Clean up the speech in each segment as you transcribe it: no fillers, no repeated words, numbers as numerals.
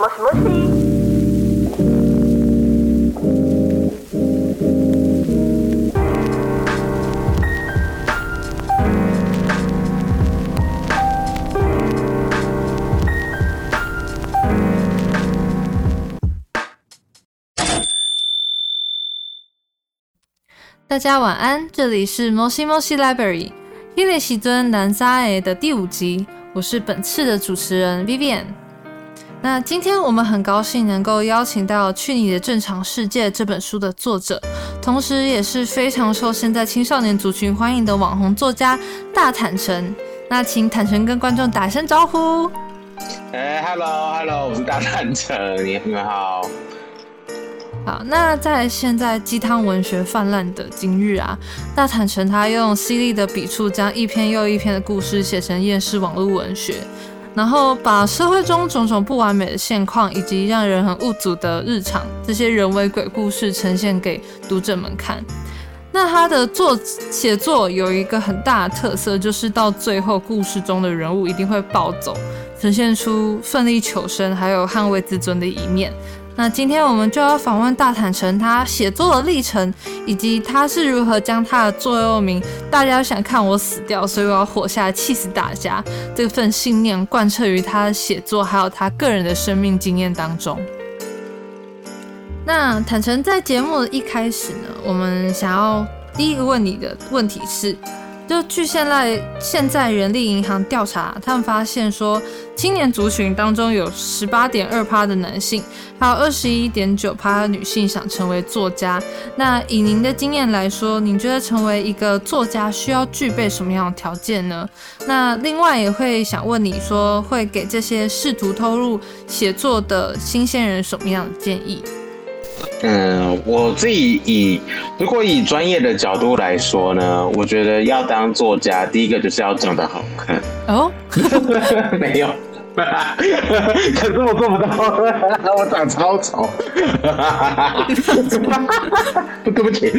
もしもし。 大家晚安，这里是摩西摩西 Library， 迄个时阵咱早的的第5集，我是本次的主持人 Vivian。那今天我们很高兴能够邀请到《去你的正常世界》这本书的作者，同时也是非常受现在青少年族群欢迎的网红作家大坦诚。那请坦诚跟观众打一声招呼。 Hello， 我是大坦诚，你们好。 好，那在现在鸡汤文学泛滥的今日啊，大坦诚他用犀利的笔触将一篇又一篇的故事写成厌世网络文学，然后把社会中种种不完美的现况以及让人很无助的日常这些人为鬼故事呈现给读者们看。那他的写作有一个很大的特色，就是到最后故事中的人物一定会暴走，呈现出奋力求生还有捍卫自尊的一面。那今天我们就要访问大坦诚他写作的历程，以及他是如何将他的座右铭“大家想看我死掉，所以我要活下来，气死大家”这份信念贯彻于他的写作，还有他个人的生命经验当中。那坦诚在节目的一开始呢，我们想要第一个问你的问题是，就据现在人力银行调查，他们发现说，青年族群当中有 18.2% 的男性，还有 21.9% 的女性想成为作家。那以您的经验来说，您觉得成为一个作家需要具备什么样的条件呢？那另外也会想问你说，会给这些试图投入写作的新鲜人什么样的建议？ 我自己如果以专业的角度来说呢，我觉得要当作家，第一个就是要长得好看。 哦， 没有，可是我做不到，我长超丑。对不起，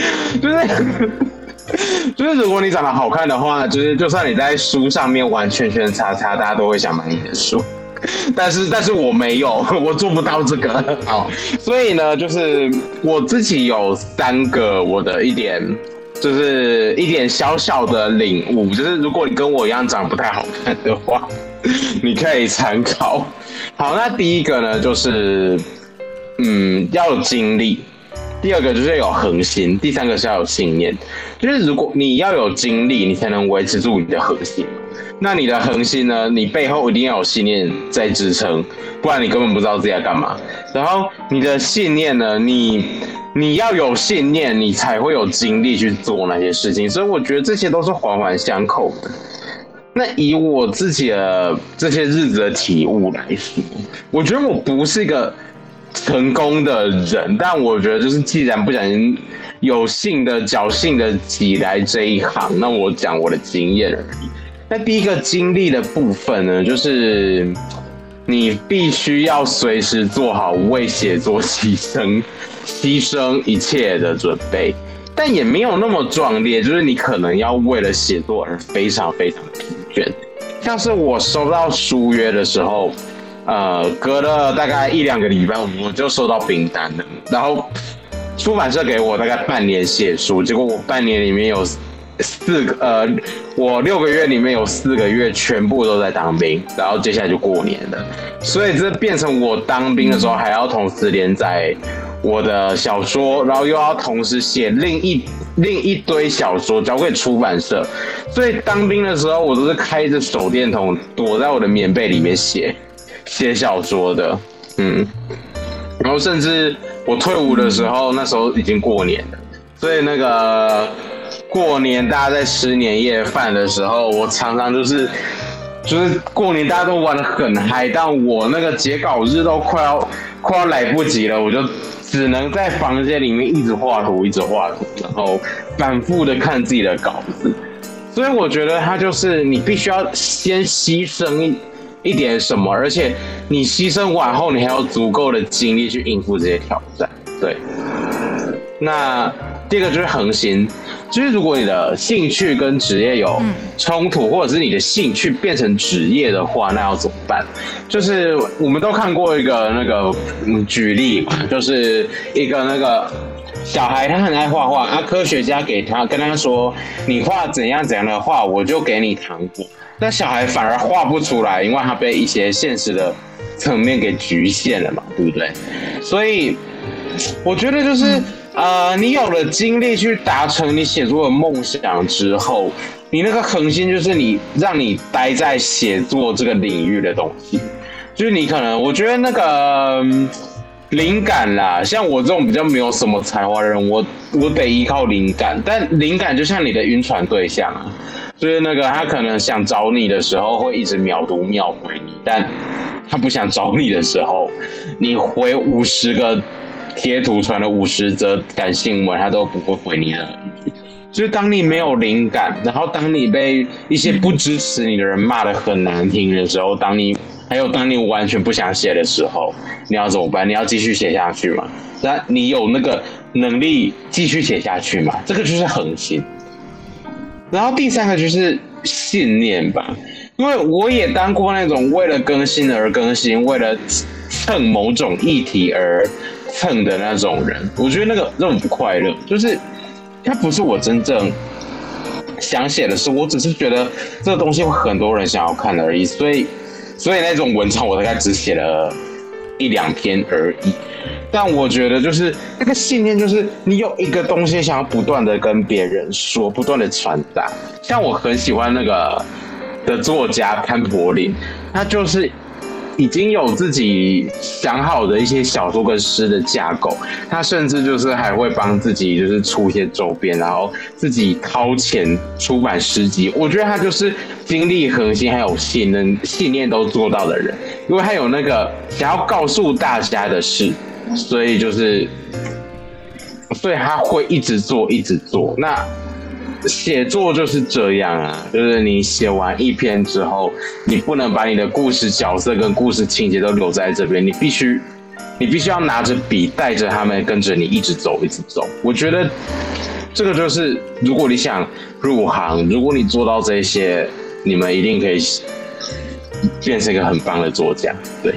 就是如果你长得好看的话，就算你在书上面玩圈圈叉叉，大家都会想买你的书。但是我没有，我做不到这个。好，所以呢，就是我自己有3个我的一点小小的领悟，就是如果你跟我一样长得不太好看的话，你可以参考。好，那第一个呢，就是要有精力。第2个就是有恒心，第3个是要有信念。就是如果你要有精力，你才能维持住你的恒心。那你的恒心呢？你背后一定要有信念在支撑，不然你根本不知道自己在干嘛。然后你的信念呢？你要有信念，你才会有精力去做那些事情。所以我觉得这些都是环环相扣的。那以我自己的这些日子的体悟来说，我觉得我不是一个成功的人，但我觉得就是既然不小心有幸的侥幸的挤来这一行，那我讲我的经验而已。那第一个经历的部分呢，就是你必须要随时做好为写作牺牲一切的准备，但也没有那么壮烈，就是你可能要为了写作而非常非常疲倦。像是我收到书约的时候，隔了大概1-2个礼拜，我就收到兵单了，然后出版社给我大概半年写书，结果我半年里面有我6个月里面有4个月全部都在当兵，然后接下来就过年了，所以这变成我当兵的时候还要同时连载我的小说，然后又要同时写另一堆小说交给出版社，所以当兵的时候我都是开着手电筒躲在我的棉被里面写小说的，然后甚至我退伍的时候，那时候已经过年了，所以那个过年大家在吃年夜饭的时候，我常常就是过年大家都玩得很嗨，但我那个截稿日都快要来不及了，我就只能在房间里面一直画图，然后反复的看自己的稿子。所以我觉得它就是你必须要先牺牲一点什么，而且你牺牲完后，你还有足够的精力去应付这些挑战。对，那第二个就是恒心，就是如果你的兴趣跟职业有冲突，或者是你的兴趣变成职业的话，那要怎么办？就是我们都看过一个那个举例嘛，就是一个那个小孩他很爱画画，科学家跟他说，你画怎样怎样的画，我就给你糖果。但小孩反而画不出来，因为他被一些现实的层面给局限了嘛，对不对？所以我觉得就是你有了精力去达成你写作的梦想之后，你那个恒心就是让你待在写作这个领域的东西，就是你可能我觉得那个灵感啦，像我这种比较没有什么才华的人，我得依靠灵感，但灵感就像你的晕船对象啊。就是那个他可能想找你的时候会一直秒读秒回你，但他不想找你的时候，你回50个贴图传了50则感性文，他都不会回你的。就是当你没有灵感，然后当你被一些不支持你的人骂得很难听的时候，当你完全不想写的时候，你要怎么办？你要继续写下去吗？那你有那个能力继续写下去吗？这个就是恒心。然后第三个就是信念吧，因为我也当过那种为了更新而更新，为了蹭某种议题而蹭的那种人，我觉得那种不快乐，就是它不是我真正想写的事，我只是觉得这个东西会很多人想要看而已，所以那种文章我大概只写了1-2篇而已。但我觉得就是那个信念，就是你有一个东西想要不断的跟别人说，不断的传达。像我很喜欢那个的作家潘柏林，他就是已经有自己想好的一些小说跟诗的架构，他甚至就是还会帮自己就是出一些周边，然后自己掏钱出版诗集。我觉得他就是精力恒心还有信念都做到的人，因为他有那个想要告诉大家的事。所以他会一直做。那写作就是这样啊，就是你写完一篇之后，你不能把你的故事角色跟故事情节都留在这边，你必须要拿着笔带着他们跟着你一直走。我觉得这个就是如果你想入行，如果你做到这些，你们一定可以变成一个很棒的作家。对，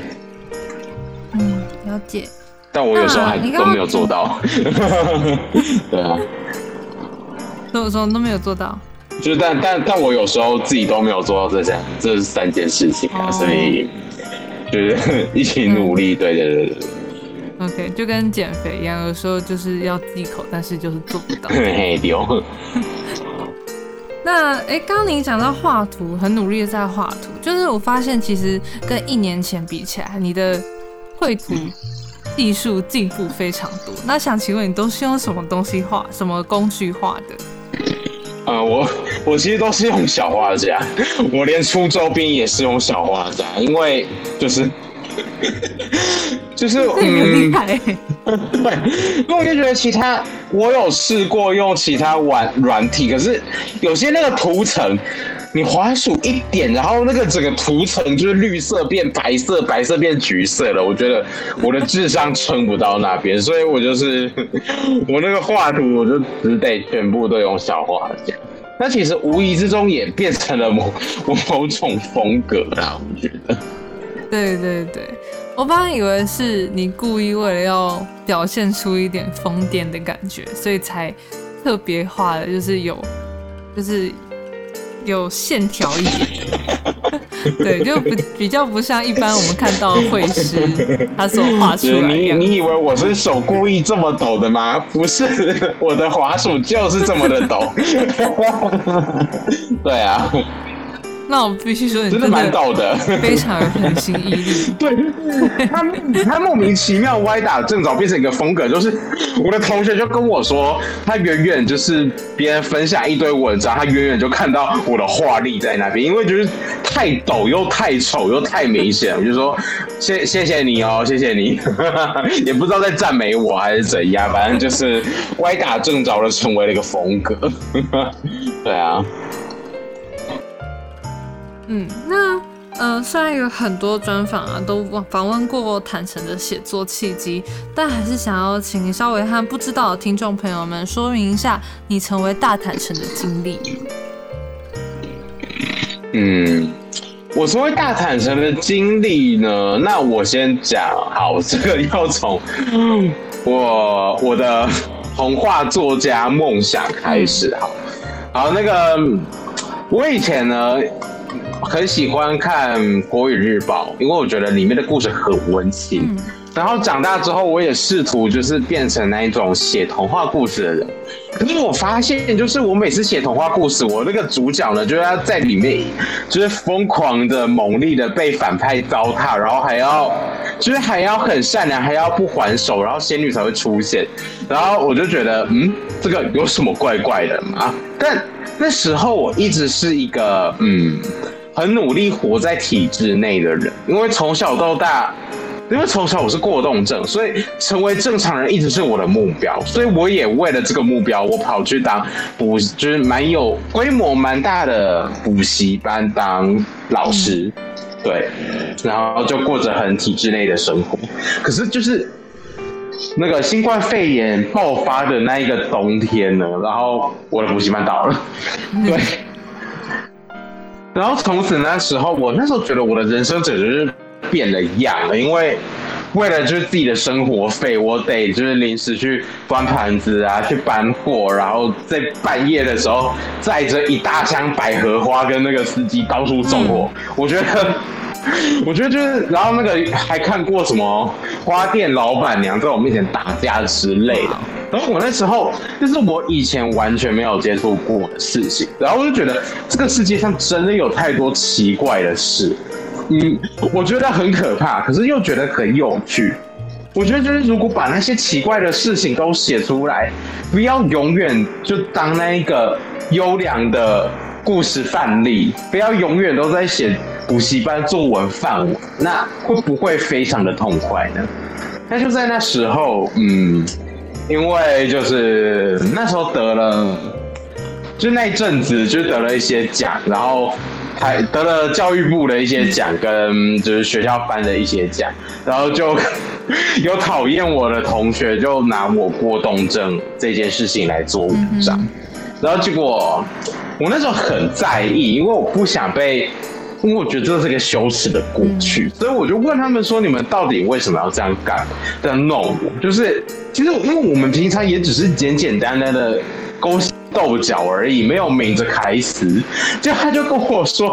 了解。 但我有时候还都没有做到。对啊， 什么都没有做到。 就是但我有时候自己都没有做到这3件事情啊，所以就是一起努力。对。 OK， 就跟减肥一样，有时候就是要忌口，但是就是做不到。 嘿丢。 那刚刚你讲到画图，很努力的在画图，就是我发现其实跟1年前比起来，你的绘图技术进步非常多。那想请问你都是用什么东西画，什么工具画的？ 我其实都是用小画家，我连出周边也是用小画家，因为就是很厉害。 对，因为我就觉得我有试过用其他软体，可是有些那个图层，你滑鼠一点，然后那个整个图层就是绿色变白色，白色变橘色了。我觉得我的智商撑不到那边，所以我我那个画图，我就只得全部都用小画家。那其实无意之中也变成了某种风格啦，我觉得。 对，我本来以为是你故意为了要表现出一点疯癫的感觉，所以才特别画的，就是有线条一点的。对，就比较不像一般我们看到的绘师他所画出来的样子。 你以为我是手故意这么抖的吗？不是，我的滑鼠就是这么的抖。对啊。 那我必须说，你真的蛮抖的， 非常很心毅力。 对，他莫名其妙歪打正着变成一个风格，就是我的同学就跟我说，他远远就是别人分享一堆文章，他远远就看到我的画力在那边，因为就是太抖又太丑又太明显，我就说谢谢你哦，谢谢你，也不知道在赞美我还是怎样，反正就是歪打正着的成为了一个风格。对啊。 那虽然有很多专访啊都访问过坦诚的写作契机，但还是想要请你稍微和不知道的听众朋友们说明一下你成为大坦诚的经历。 我成为大坦诚的经历呢，那我先讲，好，这个要从我的童话作家梦想开始，好，那个我以前呢很喜欢看《国语日报》，因为我觉得里面的故事很温馨。然后长大之后，我也试图就是变成那一种写童话故事的人。可是我发现，就是我每次写童话故事，我那个主角呢，就是要在里面，就是疯狂的、猛烈的被反派糟蹋，然后还要很善良，还要不还手，然后仙女才会出现。然后我就觉得，这个有什么怪怪的嘛？但那时候我一直是一个很努力活在体制内的人，因为从小到大。因为从小我是过动症，所以成为正常人一直是我的目标，所以我也为了这个目标，我跑去当就是蛮有规模蛮大的补习班当老师，对，然后就过着很体制内的生活。可是就是那个新冠肺炎爆发的那一个冬天呢，然后我的补习班倒了，对。然后从此那时候，我那时候觉得我的人生简直是变了样了，因为为了就是自己的生活费，我得就是临时去端盘子啊，去搬货，然后在半夜的时候载着一大箱百合花跟那个司机到处送货。我觉得就是，然后那个还看过什么花店老板娘在我面前打架之类的。然后我那时候就是我以前完全没有接触过的事情，然后我就觉得这个世界上真的有太多奇怪的事。我觉得很可怕，可是又觉得很有趣。我觉得就是如果把那些奇怪的事情都写出来，不要永远就当那一个优良的故事范例，不要永远都在写补习班作文范文，那会不会非常的痛快呢？那就在那时候，因为就是那时候得了，就那一阵子就得了一些奖，然后还得了教育部的一些奖，跟就是学校颁的一些奖，然后就有讨厌我的同学就拿我过动症这件事情来做文章，然后结果我那时候很在意，因为我不想被。因为我觉得这是个羞耻的过去，所以我就问他们说：“你们到底为什么要这样干？这样弄我？就是其实因为我们平常也只是简简单单的勾心斗角而已，没有明着开撕。”就他就跟我说，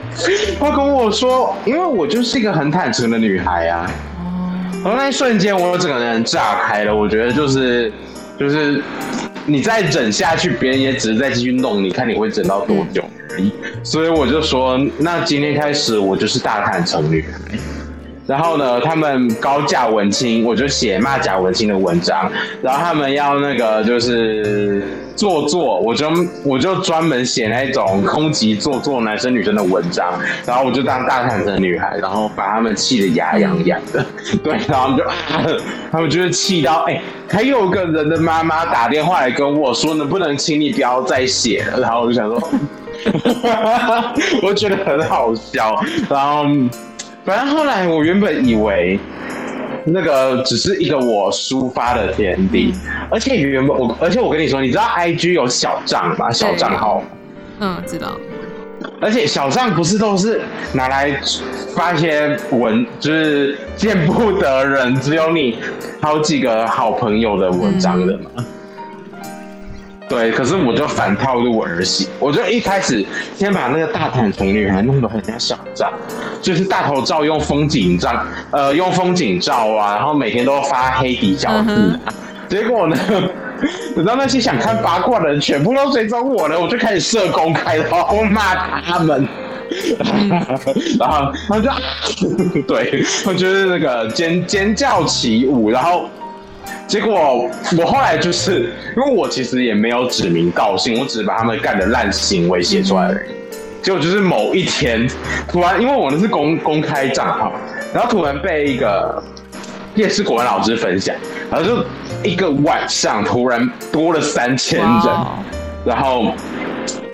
因为我就是一个很坦诚的女孩啊。然后那一瞬间，我整个人炸开了。我觉得就是你再忍下去，别人也只是再继续弄，你看你会忍到多久而已。所以我就说，那今天开始我就是大坦诚女孩。然后呢，他们高价文青，我就写骂贾文清的文章。然后他们要那个就是做作，我就专门写那种攻击做作男生女生的文章。然后我就当大坦诚的女孩，然后把他们气得牙痒痒的。对，然后他们就是气到还有个人的妈妈打电话来跟我说，能不能请你不要再写了？然后我就想说，我觉得很好笑。然后。反正后来我原本以为那个只是一个我抒发的天地，而且我跟你说，你知道 IG 有小账吗？小账号？ 知道。 而且小账不是都是拿来发一些文，就是见不得人，只有你好几个好朋友的文章的吗？对，可是我就反套路而行，我就一开始先把那个大坦诚女孩弄得很像小账，就是大头照用风景照啊，然后每天都发黑底小字结果呢，你知道那些想看八卦的人全部都追踪我了，我就开始设公开，然后骂他们。然后他就对，我觉得那个尖叫起舞，然后。结果我后来就是因为我其实也没有指名道姓，我只是把他们干的烂行为写出来而已。结果就是某一天，突然因为我那是公开账号，然后突然被一个夜市国文老师分享，然后就一个晚上突然多了3000人，然后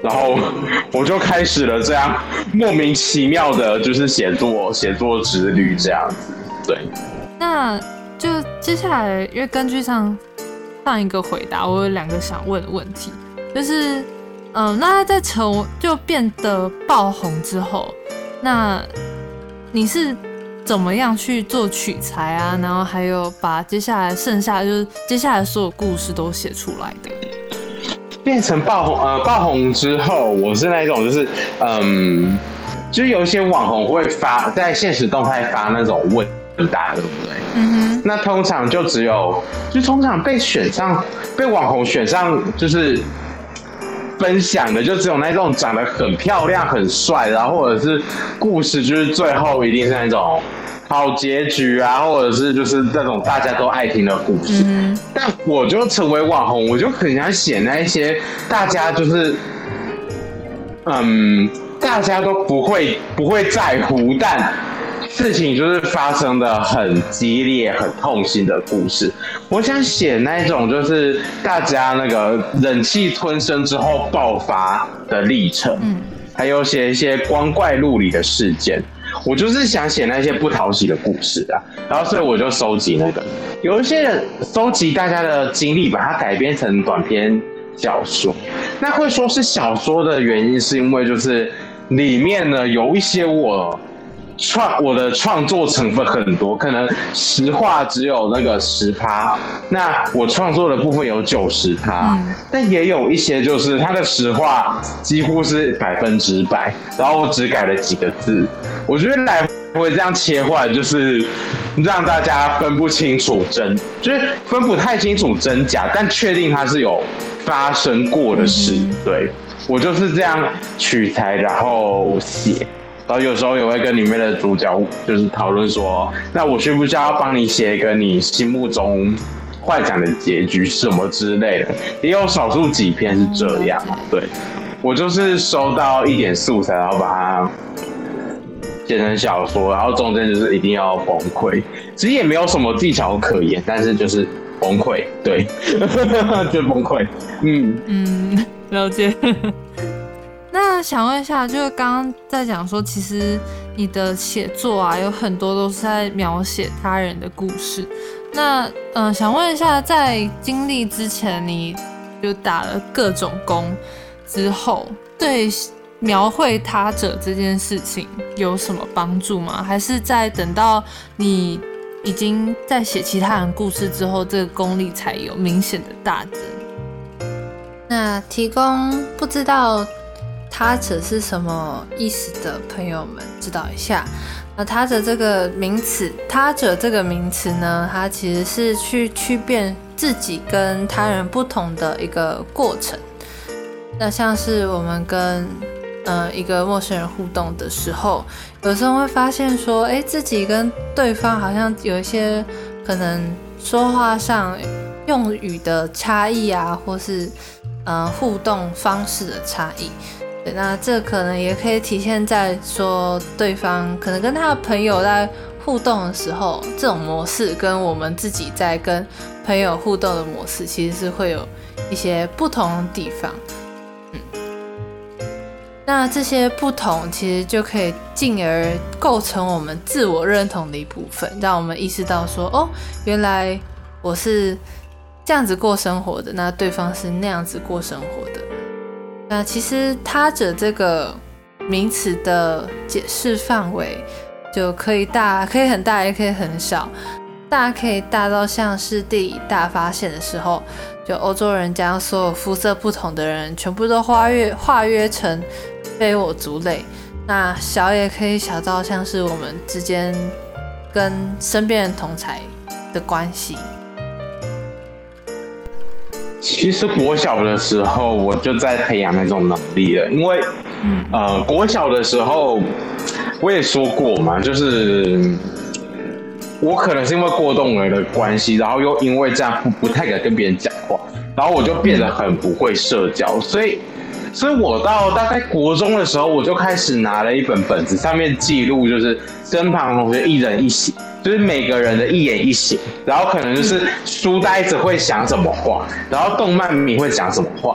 然后我就开始了这样莫名其妙的，就是写作之旅这样子。对， 那就接下来，因为根据上一个回答，我有2个想问的问题，就是那在就变得爆红之后，那你是怎么样去做取材啊？然后还有把接下来剩下就是接下来所有故事都写出来的。 变成爆红之后，我是那种就是就有一些网红会发在现实动态发那种问答，对不对？那通常就通常被网红选上，就是分享的就只有那种长得很漂亮、很帅，然后或者是故事就是最后一定是那种好结局啊，或者是就是那种大家都爱听的故事。但我就成为网红，我就很想写那一些大家就是大家都不会在乎，但事情就是发生的很激烈、很痛心的故事。我想写那一种就是大家那个忍气吞声之后爆发的历程，还有写一些光怪陆离的事件。我就是想写那些不讨喜的故事啊，然后所以我就收集有一些人收集大家的经历，把它改编成短篇小说。那会说是小说的原因，是因为就是里面呢有一些我的创作成分很多，可能实话只有那个10%，那我创作的部分有90%，但也有一些就是它的实话几乎是100%，然后我只改了几个字。我觉得来回这样切换，就是让大家分不清楚就是分不太清楚真假，但确定它是有发生过的事。对，我就是这样取材，然后写。然后有时候也会跟里面的主角就是讨论说，那我需不需要帮你写一个你心目中幻想的结局什么之类的，也有少数几篇是这样。对，我就是收到一点素材，然后把它写成小说，然后中间就是一定要崩溃，其实也没有什么技巧可言，但是就是崩溃，对，就崩溃。 了解。那想问一下，就是刚刚在讲说，其实你的写作啊，有很多都是在描写他人的故事。那想问一下，在经历之前，你就打了各种工之后，对描绘他者这件事情有什么帮助吗？还是在等到你已经在写其他人故事之后，这个功力才有明显的大增？ 那提供不知道他者是什么意思的朋友们知道一下。那他者这个名词呢，它其实是去区别自己跟他人不同的一个过程。那像是我们跟一个陌生人互动的时候，有时候会发现说，自己跟对方好像有一些可能说话上用语的差异啊，或是互动方式的差异。对，那这可能也可以体现在说对方可能跟他的朋友在互动的时候，这种模式跟我们自己在跟朋友互动的模式其实是会有一些不同的地方。那这些不同其实就可以进而构成我们自我认同的一部分，让我们意识到说，原来我是这样子过生活的，那对方是那样子过生活的。那其实他者这个名词的解释范围就可以很大，也可以很小。大可以大到像是地理大发现的时候，就欧洲人将所有肤色不同的人全部都化约成非我族类。那小也可以小到像是我们之间跟身边人同侪的关系。 其实国小的时候我就在培养那种能力了，因为国小的时候我也说过嘛，就是我可能是因为过动儿的关系，然后又因为这样不太敢跟别人讲话，然后我就变得很不会社交，所以我到大概国中的时候，我就开始拿了一本本子，上面记录就是身旁同学一人一行，就是每个人的一言一行，然后可能就是书呆子会想什么话，然后动漫迷会讲什么话，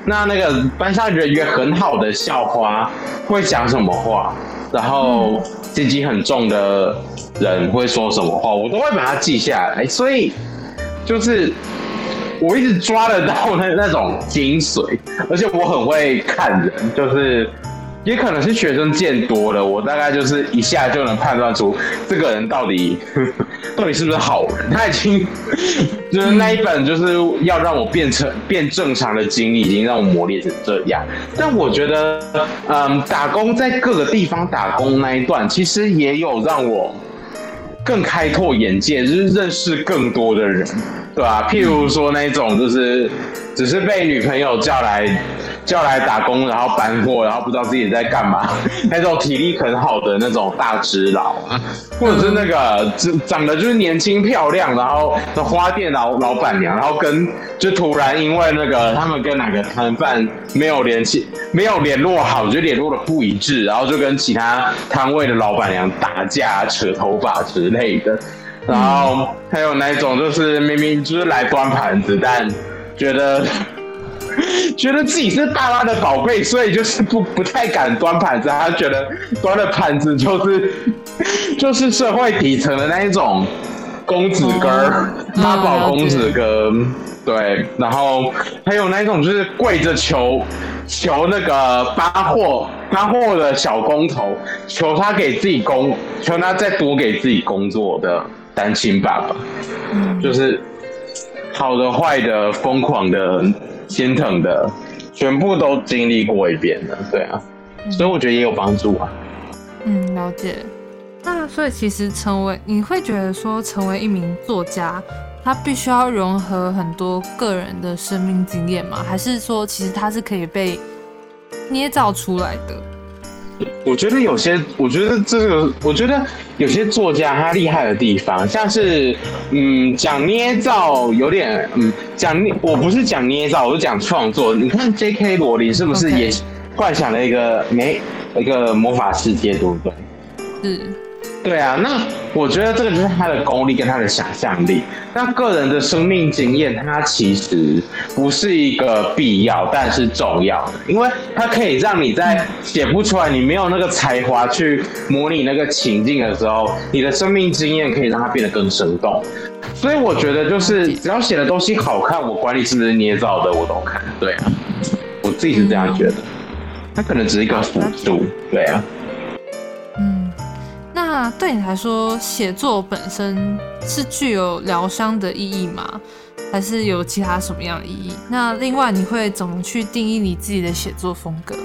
那个班上人缘很好的校花会讲什么话，然后心机很重的人会说什么话，我都会把它记下来。所以就是我一直抓得到那种精髓，而且我很会看人，就是也可能是学生见多了，我大概就是一下就能判断出这个人到底是不是好人。他已经就是那一本就是要让我变正常的经历，已经让我磨练成这样。但我觉得，打工在各个地方打工那一段，其实也有让我更开拓眼界，就是认识更多的人，对吧？譬如说那种就是只是被女朋友叫来打工，然后搬货，然后不知道自己在干嘛，那种体力很好的那种大只佬啊，或者是那个长得就是年轻漂亮，然后的花店老板娘，然后就突然因为那个他们跟哪个摊贩没有联络好，就联络的不一致，然后就跟其他摊位的老板娘打架、扯头发之类的。然后还有那种就是明明就是来端盘子，但觉得自己是爸妈的宝贝，所以就是不太敢端盘子。他觉得端的盘子就是社会底层的那一种公子哥、妈宝公子哥，对。然后还有那一种就是跪着求那个发货的小工头，求他再多给自己工作的单亲爸爸，就是好的、坏的、疯狂的、心疼的，全部都经历过一遍了，对啊，所以我觉得也有帮助啊。 了解。那所以其实你会觉得说成为一名作家，他必须要融合很多个人的生命经验吗？还是说其实他是可以被捏造出来的？ 我觉得有些作家他厉害的地方，像是讲捏造有点我不是讲捏造，我是讲创作。你看 J.K. 罗琳是不是也幻想了一个魔法世界，对不对？ 是。 对啊，那我觉得这个就是他的功力跟他的想象力。那个人的生命经验，它其实不是一个必要，但是重要的，因为它可以让你在写不出来，你没有那个才华去模拟那个情境的时候，你的生命经验可以让它变得更生动。所以我觉得就是只要写的东西好看，我管你是不是捏造的，我都看。对啊，我自己是这样觉得。它可能只是一个辅助，对啊。 那对你来说，写作本身是具有疗伤的意义吗？还是有其他什么样的意义？那另外，你会怎么去定义你自己的写作风格？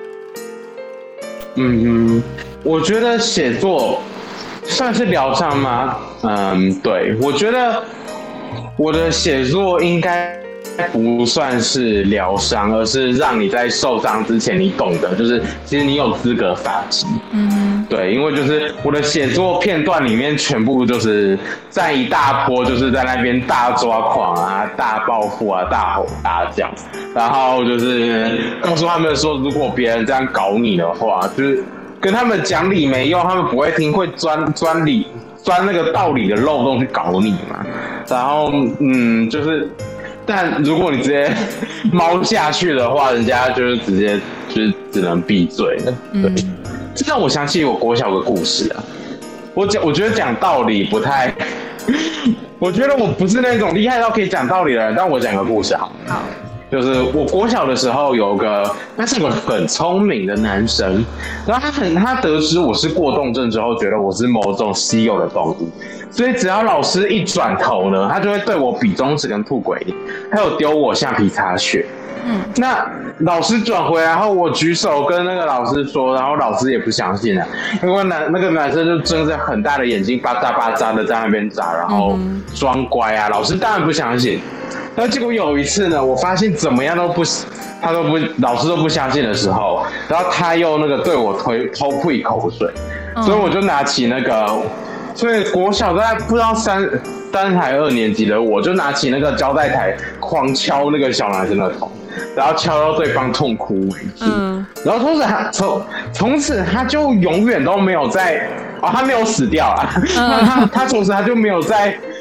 我觉得写作算是疗伤吗？对，我觉得我的写作应该不算是疗伤，而是让你在受伤之前，你懂得，就是其实你有资格反击。对，因为就是我的写作片段里面全部就是在一大波，就是在那边大抓狂啊、大报复啊、大吼大叫，然后就是告诉他们说，如果别人这样搞你的话，就是跟他们讲理没用，他们不会听，会钻那个道理的漏洞去搞你嘛。然后就是。但如果你直接猫下去的话，人家就是直接就是只能闭嘴了。对，这让我想起我国小的故事啊。我觉得讲道理不太，我觉得我不是那种厉害到可以讲道理的人。但我讲个故事好。好。就是我国小的时候他是个很聪明的男生，然后他得知我是过动症之后，觉得我是某种稀有的动物，所以只要老师一转头呢，他就会对我比中指跟吐鬼脸，还有丢我橡皮擦屑。那老师转回来，然后我举手跟那个老师说，然后老师也不相信啊，因为那个男生就睁着很大的眼睛，巴扎巴扎的在那边眨，然后装乖啊，老师当然不相信。然后结果有一次呢，我发现怎么样老师都不相信的时候，然后他又那个对我偷吐口水，所以我就拿起那个，所以国小大概不知道三还2年级的我就拿起那个胶带台狂敲那个小男生的头，然后敲到对方痛哭为止。然后从此他就永远都没有他没有死掉啊，他从此他就没有再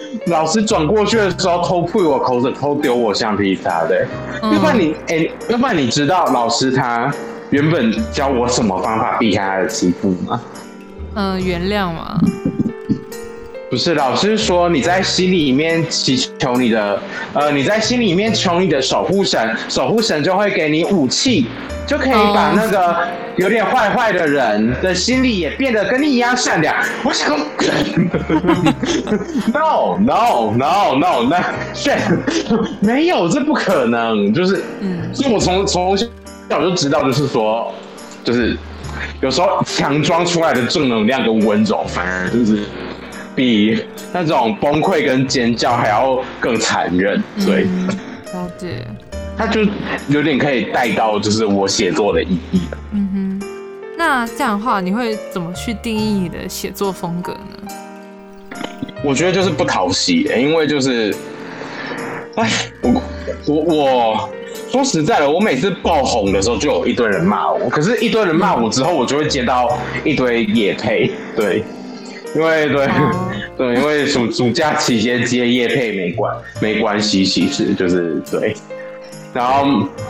老师转过去的时候偷吐我口水，偷丢我橡皮擦的、要不然你知道老师他原本教我什么方法避开他的欺负吗？ 原谅嘛。 不是，老师说你在心里面祈求你的，你在心里面求你的守护神，守护神就会给你武器，就可以把那个有点坏坏的人的心里也变得跟你一样善良。我想说，no， 那没有，这不可能，就是，所以我从小就知道，就是说，就是有时候强装出来的正能量跟温柔，反而就是比那种崩溃跟尖叫还要更残忍。对， 了解。 它就有点可以带到就是我写作的意义了。 那这样的话，你会怎么去定义你的写作风格呢？ 我觉得就是不讨喜、因为就是，我说实在的，我每次爆红的时候就有一堆人骂我，可是一堆人骂我之后，我就会接到一堆业配，对，因为对，因为暑假期间接业配没关系，其实就是对，然后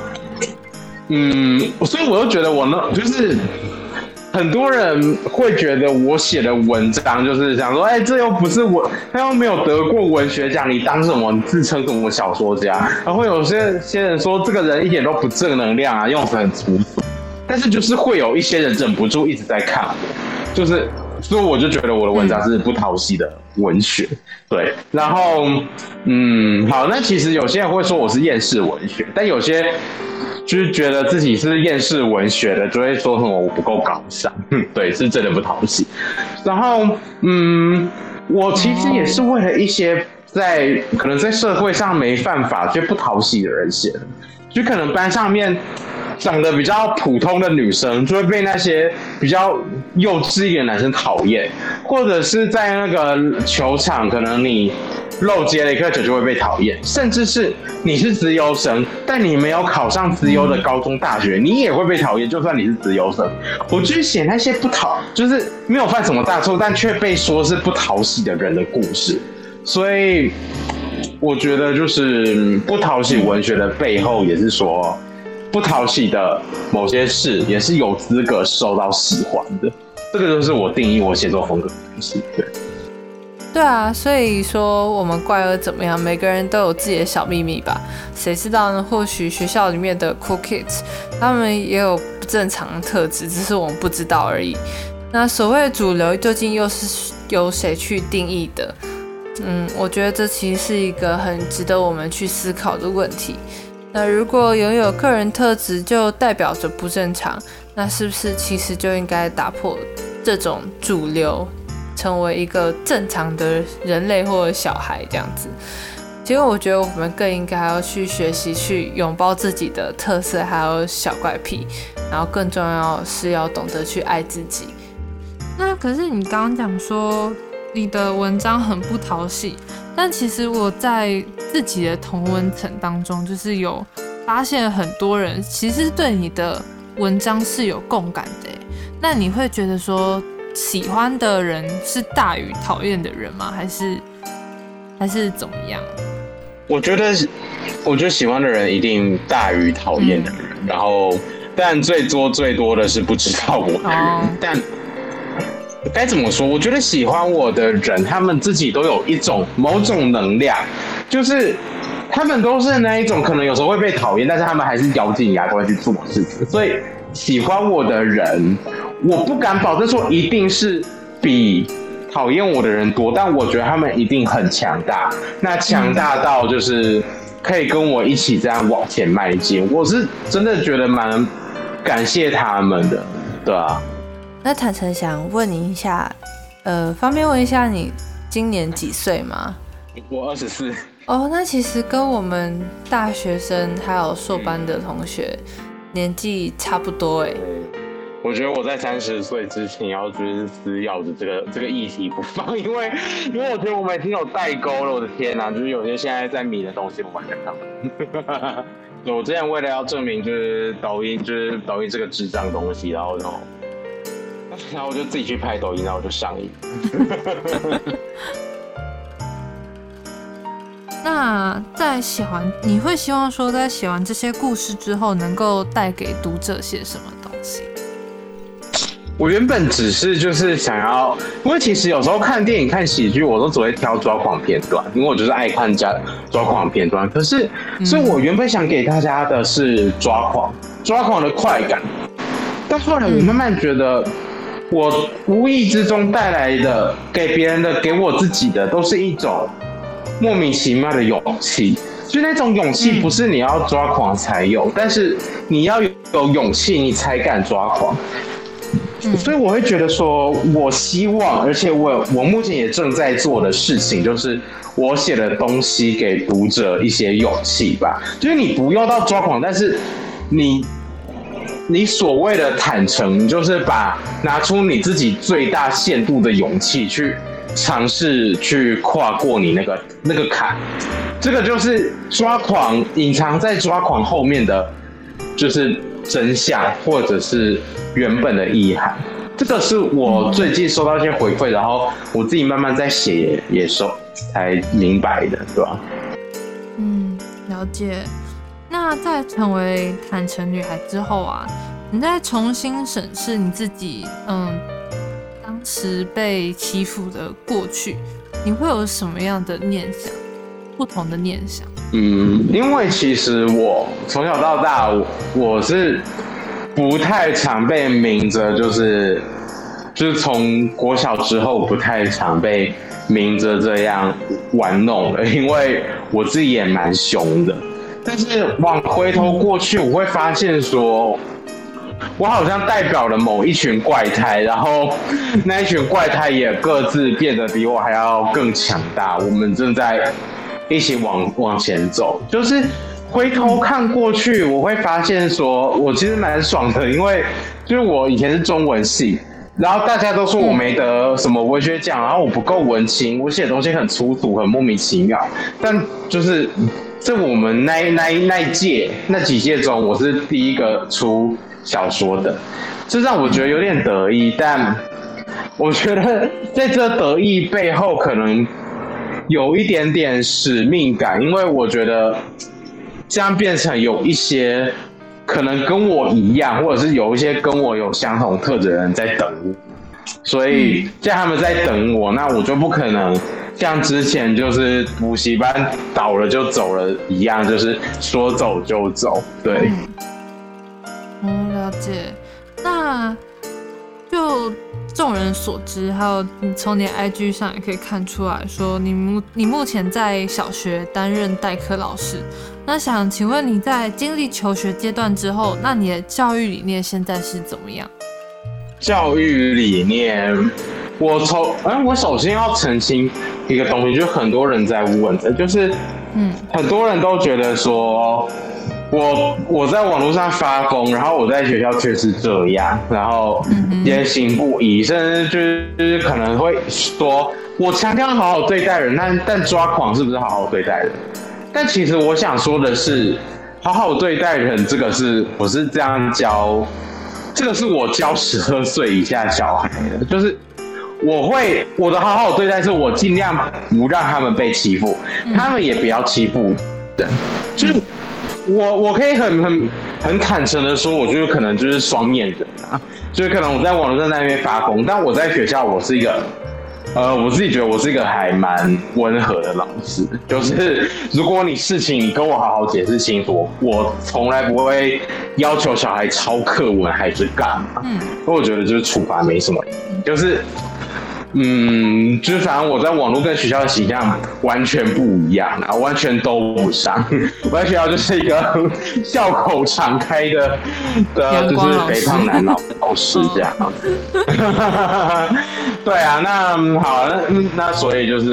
所以我就觉得我呢就是。很多人会觉得我写的文章就是想说，这又不是我，他又没有得过文学奖，你当什么？你自称什么小说家？然后有些人说这个人一点都不正能量啊，用词很粗俗。但是就是会有一些人忍不住一直在看我，就是所以我就觉得我的文章是不讨喜的文学，对。然后好，那其实有些人会说我是厌世文学，但有些。就是觉得自己是厌世文学的，就会说什么我不够高尚，对，是真的不讨喜。然后，我其实也是为了一些可能在社会上没办法却不讨喜的人写的，就可能班上面长得比较普通的女生，就会被那些比较幼稚一点的男生讨厌，或者是在那个球场，可能你。漏接了一颗球就会被讨厌，甚至是你是资优生，但你没有考上资优的高中大学，你也会被讨厌。就算你是资优生，我就是写那些就是没有犯什么大错，但却被说是不讨喜的人的故事。所以我觉得就是不讨喜文学的背后，也是说不讨喜的某些事也是有资格受到喜欢的。这个就是我定义我写作风格的东西。 对啊，所以说我们怪儿怎么样？每个人都有自己的小秘密吧？谁知道呢？或许学校里面的 cool kids， 他们也有不正常的特质，只是我们不知道而已。那所谓的主流究竟又是由谁去定义的？我觉得这其实是一个很值得我们去思考的问题。那如果拥有个人特质就代表着不正常，那是不是其实就应该打破这种主流？成为一个正常的人类或者小孩这样子，结果我觉得我们更应该要去学习，去拥抱自己的特色，还有小怪癖，然后更重要是要懂得去爱自己。 那可是你刚刚讲说你的文章很不讨喜，但其实我在自己的同温层当中，就是有发现很多人其实对你的文章是有共感的。那你会觉得说？喜欢的人是大于讨厌的人吗？还是怎么样？ 我觉得喜欢的人一定大于讨厌的人，然后但最多的是不知道我的人。但该怎么说？我觉得喜欢我的人，他们自己都有某种能量，就是他们都是那一种可能有时候会被讨厌，但是他们还是咬紧牙关去做事情。所以喜欢我的人。我不敢保证说一定是比讨厌我的人多，但我觉得他们一定很强大。那强大到就是可以跟我一起这样往前迈进，我是真的觉得蛮感谢他们的，对啊。 那坦诚想问你一下，方便问一下你今年几岁吗？ 我24。 哦，那其实跟我们大学生还有硕班的同学年纪差不多哎。 我觉得我在30岁之前要就是死咬着这个议题不放，因为我觉得我们已经有代沟了，我的天哪！就是有些现在在迷的东西，我完全看不懂。我之前为了要证明就是抖音这个智障东西，然后我就自己去拍抖音，然后我就上瘾。 那你会希望说，在写完这些故事之后，能够带给读者些什么东西？ 我原本只是就是想要，因为其实有时候看电影、看喜剧，我都只会挑抓狂片段，因为我就是爱看抓狂片段。可是，所以我原本想给大家的是抓狂的快感，但后来我慢慢觉得，我无意之中带来的给别人的、给我自己的，都是一种莫名其妙的勇气。就那种勇气，不是你要抓狂才有，但是你要有勇气，你才敢抓狂。所以我会觉得说，我希望，而且我目前也正在做的事情，就是我写的东西给读者一些勇气吧。就是你不用到抓狂，但是你所谓的坦诚，就是拿出你自己最大限度的勇气去尝试去跨过你那个坎。这个就是抓狂，隐藏在抓狂后面的，就是真相，或者是原本的意涵。这个是我最近收到一些回馈，然后我自己慢慢在写也才明白的，对吧？ 了解。那在成为坦诚女孩之后啊，你再重新审视你自己，当时被欺负的过去，你会有什么样的念想？不同的念想？ 因为其实我从小到大，我是不太常被明着，就是从国小之后不太常被明着这样玩弄了，因为我自己也蛮凶的。但是回头过去，我会发现说，我好像代表了某一群怪胎，然后那一群怪胎也各自变得比我还要更强大。我们正在一起往前走，就是回头看过去，我会发现说，我其实蛮爽的，因为就是我以前是中文系，然后大家都说我没得什么文学奖，然后我不够文青，我写的东西很粗俗，很莫名其妙。但就是在我们那几届中，我是第一个出小说的，这让我觉得有点得意。但我觉得在这得意背后，可能有一点点使命感，因为我觉得这样变成有一些可能跟我一样，或者是有一些跟我有相同特质的人在等我，所以像他们在等我，那我就不可能像之前就是补习班倒了就走了一样，就是说走就走。对， 了解。那就众人所知，还有你从你的 IG 上也可以看出来说，你目前在小学担任代课老师。那想请问你在经历求学阶段之后，那你的教育理念现在是怎么样？ 教育理念，我首先要澄清一个东西，就是很多人在问的，就是很多人都觉得说，我在网络上发疯，然后我在学校却是这样，然后言行不一，甚至就是可能会说我强调好好对待人，但抓狂是不是好好对待人？但其实我想说的是，好好对待人这个我是这样教，这个是我教12岁以下小孩的，就是我的好好对待是我尽量不让他们被欺负，他们也不要欺负人，就是我可以很坦诚的说，我觉得可能就是双面人啊，就是可能我在网络上在那边发疯，但我在学校我是一个。我自己觉得我是一个还蛮温和的老师，就是如果你事情你跟我好好解释清楚，我从来不会要求小孩抄课文还是干嘛，所以我觉得就是处罚没什么意义，就是就是反正我在网络跟学校的形象完全不一样啊，完全都不上。我在学校就是一个笑口常开的就是肥胖男老师这样。对啊，那好，那所以就是，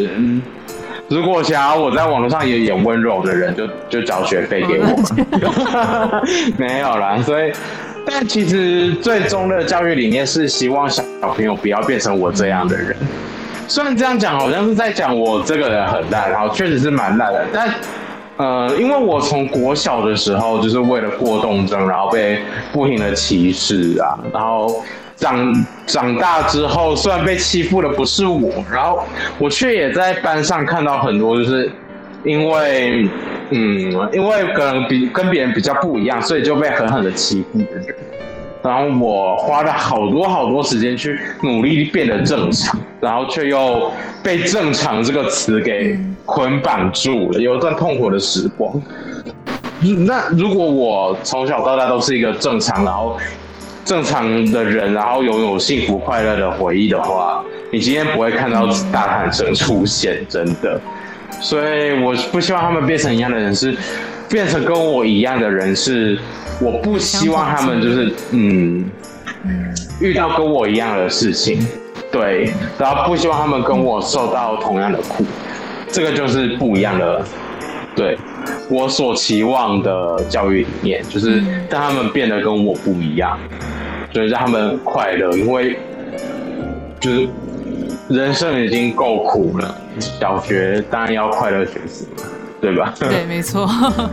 如果想要我在网络上也演温柔的人，就缴学费给我。没有啦，所以。但其实最终的教育理念是希望小朋友不要变成我这样的人。虽然这样讲好像是在讲我这个人很烂，然后确实是蛮烂的，但因为我从国小的时候就是为了过动症，然后被不停的歧视啊，然后长大之后，虽然被欺负的不是我，然后我却也在班上看到很多就是因为可能跟别人比较不一样，所以就被狠狠的欺负的人。然后我花了好多时间去努力变得正常，然后却又被正常这个词给捆绑住了，有一段痛苦的时光。那如果我从小到大都是一个正常的人，然后拥有幸福快乐的回忆的话，你今天不会看到大坦诚出现，真的。所以我不希望他们变成一样的人，是变成跟我一样的人，是我不希望他们就是遇到跟我一样的事情，对，然后不希望他们跟我受到同样的苦，这个就是不一样的，对，我所期望的教育理念，就是让他们变得跟我不一样，就是让他们快乐，因为就是人生已经够苦了，小学当然要快乐学习嘛，对吧？ 对，没错。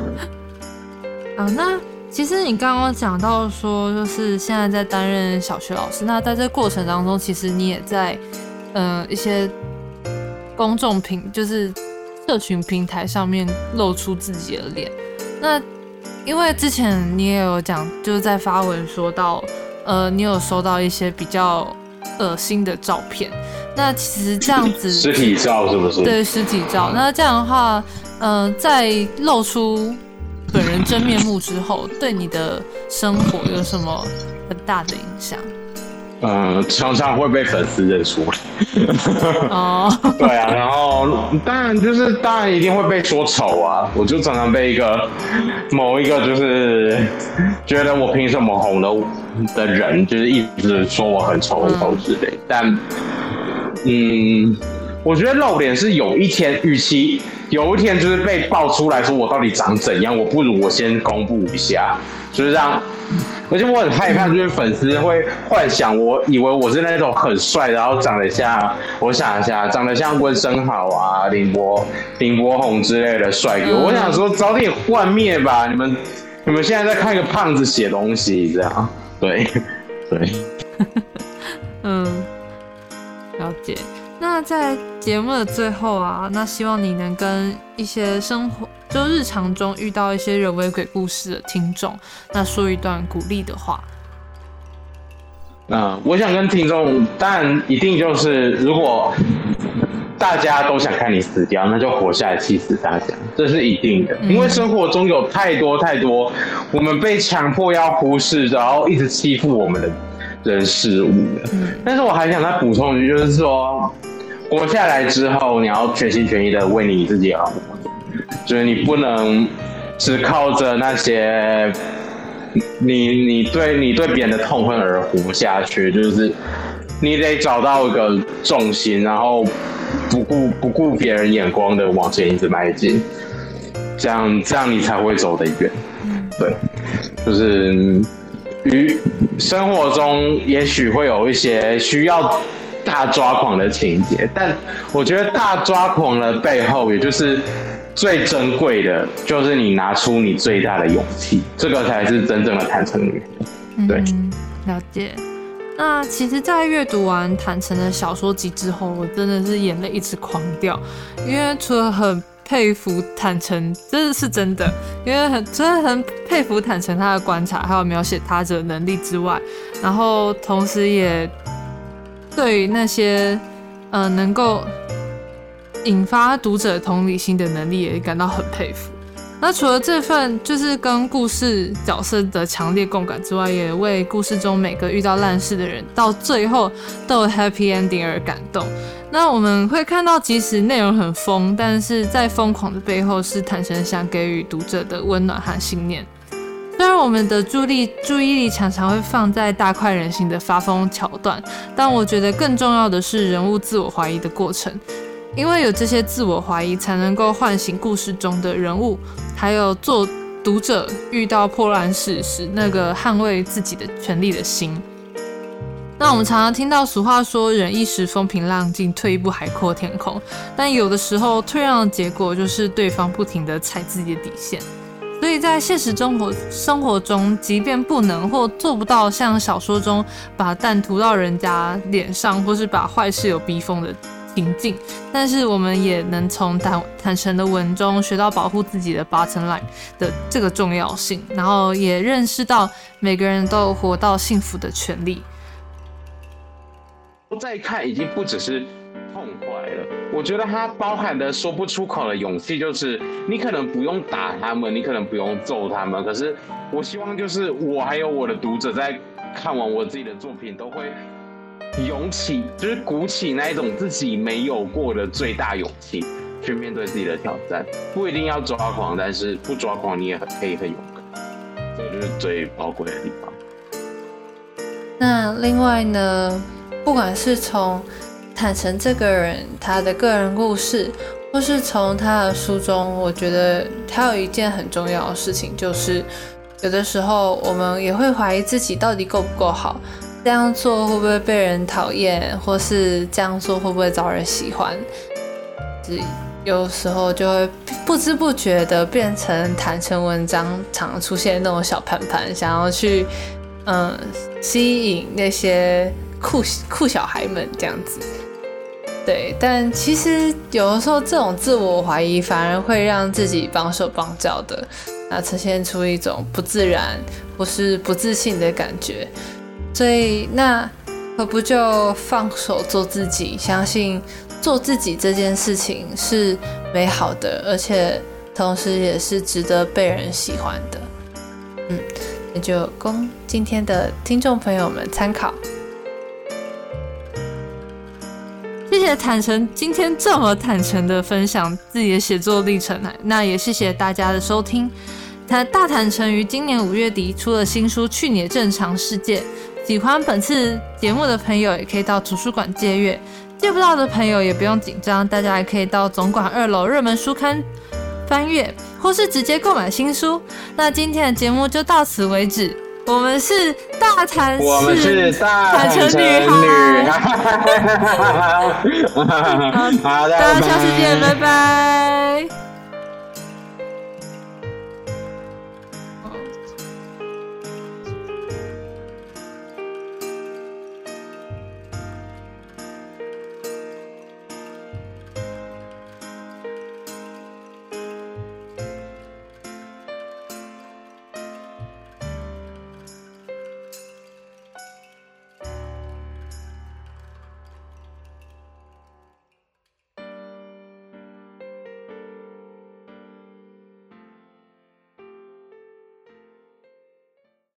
那其实你刚刚讲到说，就是现在在担任小学老师，那在这个过程当中，其实你也在一些公众就是社群平台上面露出自己的脸。那因为之前你也有讲，就是在发文说到，你有收到一些比较恶心的照片。那其实这样子， 实体照是不是？ 对，实体照。那这样的话，在露出本人真面目之后，对你的生活有什么很大的影响？ 常常会被粉丝认出来。 哦， 对啊，然后当然一定会被说丑啊！我就常常被某一个就是觉得我凭什么红的人，就是一直说我很丑之类。但我觉得露脸是有一天，与其有一天就是被爆出来说我到底长怎样，我不如我先公布一下，就是让，而且我很害怕，就是粉丝会幻想我以为我是那种很帅，然后长得像，我想一下，长得像温升豪啊、林柏宏之类的帅哥。我想说早点幻灭吧，你们现在在看一个胖子写东西，这样，对。 了解。那在节目的最后啊，那希望你能跟一些生活就日常中遇到一些人为鬼故事的听众，那说一段鼓励的话。 我想跟听众，当然一定就是，如果大家都想看你死掉，那就活下来气死大家，这是一定的。因为生活中有太多我们被强迫要忽视，然后一直欺负我们的人事物了。但是我还想再补充一句，就是说，活下来之后，你要全心全意的为你自己而活，就是你不能只靠着那些你对别人的痛恨而活下去，就是你得找到一个重心，然后不顾别人眼光的往前一直迈进，这样你才会走得远。对，就是生活中也许会有一些需要大抓狂的情节，但我觉得大抓狂的背后，也就是最珍贵的，就是你拿出你最大的勇气，这个才是真正的坦诚女人。对， 了解。那其实，在阅读完坦诚的小说集之后，我真的是眼泪一直狂掉，因为除了很佩服坦诚，这是真的，因为真的很佩服坦诚他的观察，还有描写他者的能力之外，然后同时也对于那些能够引发读者同理心的能力也感到很佩服。那除了这份就是跟故事角色的强烈共感之外，也为故事中每个遇到烂事的人到最后都有 happy ending 而感动。那我们会看到，即使内容很疯，但是在疯狂的背后是坦诚想给予读者的温暖和信念。虽然我们的注意力常常会放在大快人心的发疯桥段，但我觉得更重要的是人物自我怀疑的过程。因为有这些自我怀疑，才能够唤醒故事中的人物，还有做读者遇到破烂事时那个捍卫自己的权利的心。那我们常常听到俗话说忍一时风平浪静，退一步海阔天空，但有的时候退让的结果就是对方不停地踩自己的底线。所以在现实生活中，即便不能或做不到像小说中把蛋涂到人家脸上，或是把坏室友逼疯的平静，但是我们也能从坦诚的文中学到保护自己的 bottom line 的这个重要性，然后也认识到每个人都有活到幸福的权利。 再看已经不只是痛快了，我觉得它包含的说不出口的勇气，就是你可能不用打他们，你可能不用揍他们，可是我希望就是我还有我的读者在看完我自己的作品都会勇起，就是鼓起那一种自己没有过的最大勇气去面对自己的挑战，不一定要抓狂，但是不抓狂你也可以很勇敢，这就是最宝贵的地方。 那另外呢，不管是从坦诚这个人他的个人故事，或是从他的书中，我觉得他有一件很重要的事情，就是有的时候我们也会怀疑自己到底够不够好，这样做会不会被人讨厌，或是这样做会不会招人喜欢，有时候就会不知不觉的变成坦诚文章常出现那种小盘盘，想要去吸引那些酷小孩们这样子。对，但其实有的时候这种自我怀疑反而会让自己绑手绑脚的，呈现出一种不自然或是不自信的感觉。所以那何不就放手做自己，相信做自己这件事情是美好的，而且同时也是值得被人喜欢的。那就供今天的听众朋友们参考。 谢谢坦诚今天这么坦诚的分享自己的写作历程，那也谢谢大家的收听。大坦诚于今年5月底出了新书《去你的正常世界》，喜欢本次节目的朋友也可以到图书馆借阅，借不到的朋友也不用紧张，大家也可以到总馆2楼热门书刊翻阅，或是直接购买新书。那今天的节目就到此为止，我们是大坦诚， 我们是大坦诚女孩。好的， 大家下次见，拜拜。